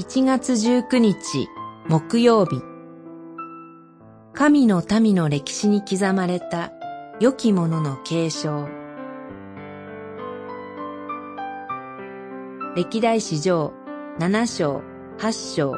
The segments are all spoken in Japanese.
1月19日木曜日、神の民の歴史に刻まれた良きものの継承。歴代史上7章8章。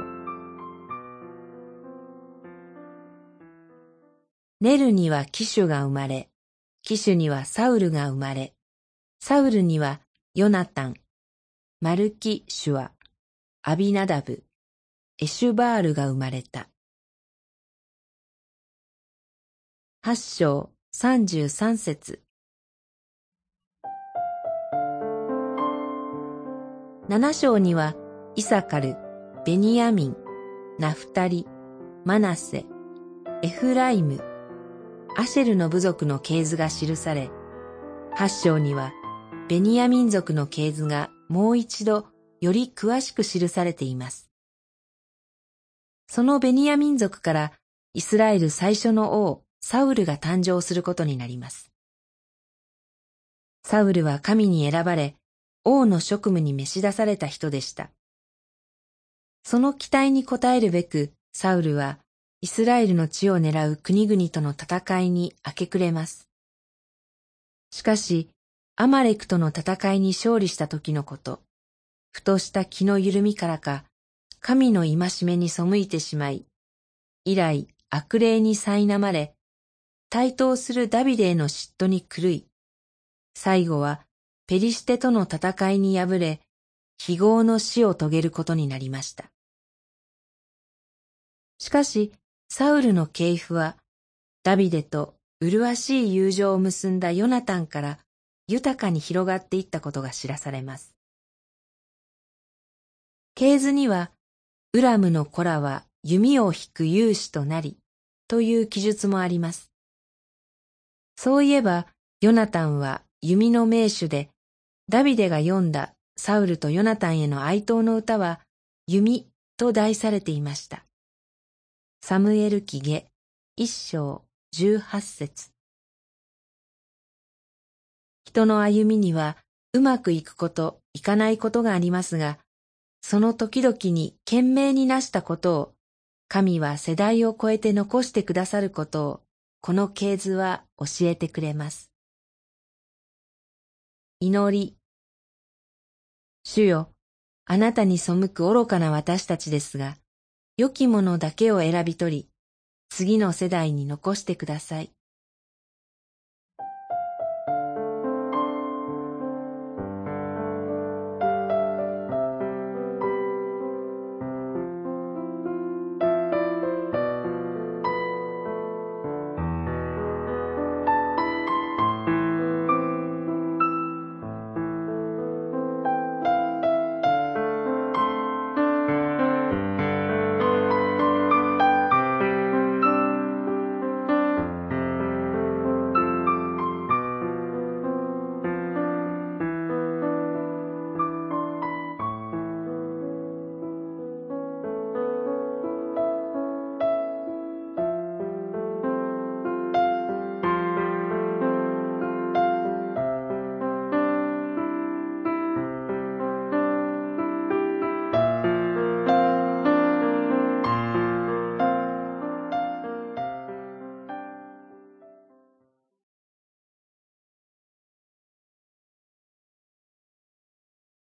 ネルにはキシュが生まれ、キシュにはサウルが生まれ、サウルにはヨナタン、マルキシュア、アビナダブ、エシュバールが生まれた。8章33節。7章にはイサカル、ベニヤミン、ナフタリ、マナセ、エフライム、アシェルの部族の系図が記され、8章にはベニヤ民族の系図がもう一度より詳しく記されています。そのベニヤ民族からイスラエル最初の王サウルが誕生することになります。サウルは神に選ばれ、王の職務に召し出された人でした。その期待に応えるべく、サウルはイスラエルの地を狙う国々との戦いに明け暮れます。しかし、アマレクとの戦いに勝利した時のこと、ふとした気の緩みからか、神の戒めに背いてしまい、以来悪霊に苛まれ、台頭するダビデへの嫉妬に狂い、最後はペリシテとの戦いに敗れ、非業の死を遂げることになりました。しかし、サウルの系譜は、ダビデと麗しい友情を結んだヨナタンから豊かに広がっていったことが知らされます。系図には、ウラムの子らは弓を引く勇士となり、という記述もあります。そういえば、ヨナタンは弓の名手で、ダビデが読んだサウルとヨナタンへの哀悼の歌は、弓と題されていました。サムエル記下1章18節。人の歩みにはうまくいくこと、いかないことがありますが、その時々に懸命になしたことを、神は世代を超えて残してくださることを、この系図は教えてくれます。祈り。主よ、あなたに背く愚かな私たちですが、良きものだけを選び取り、次の世代に残してください。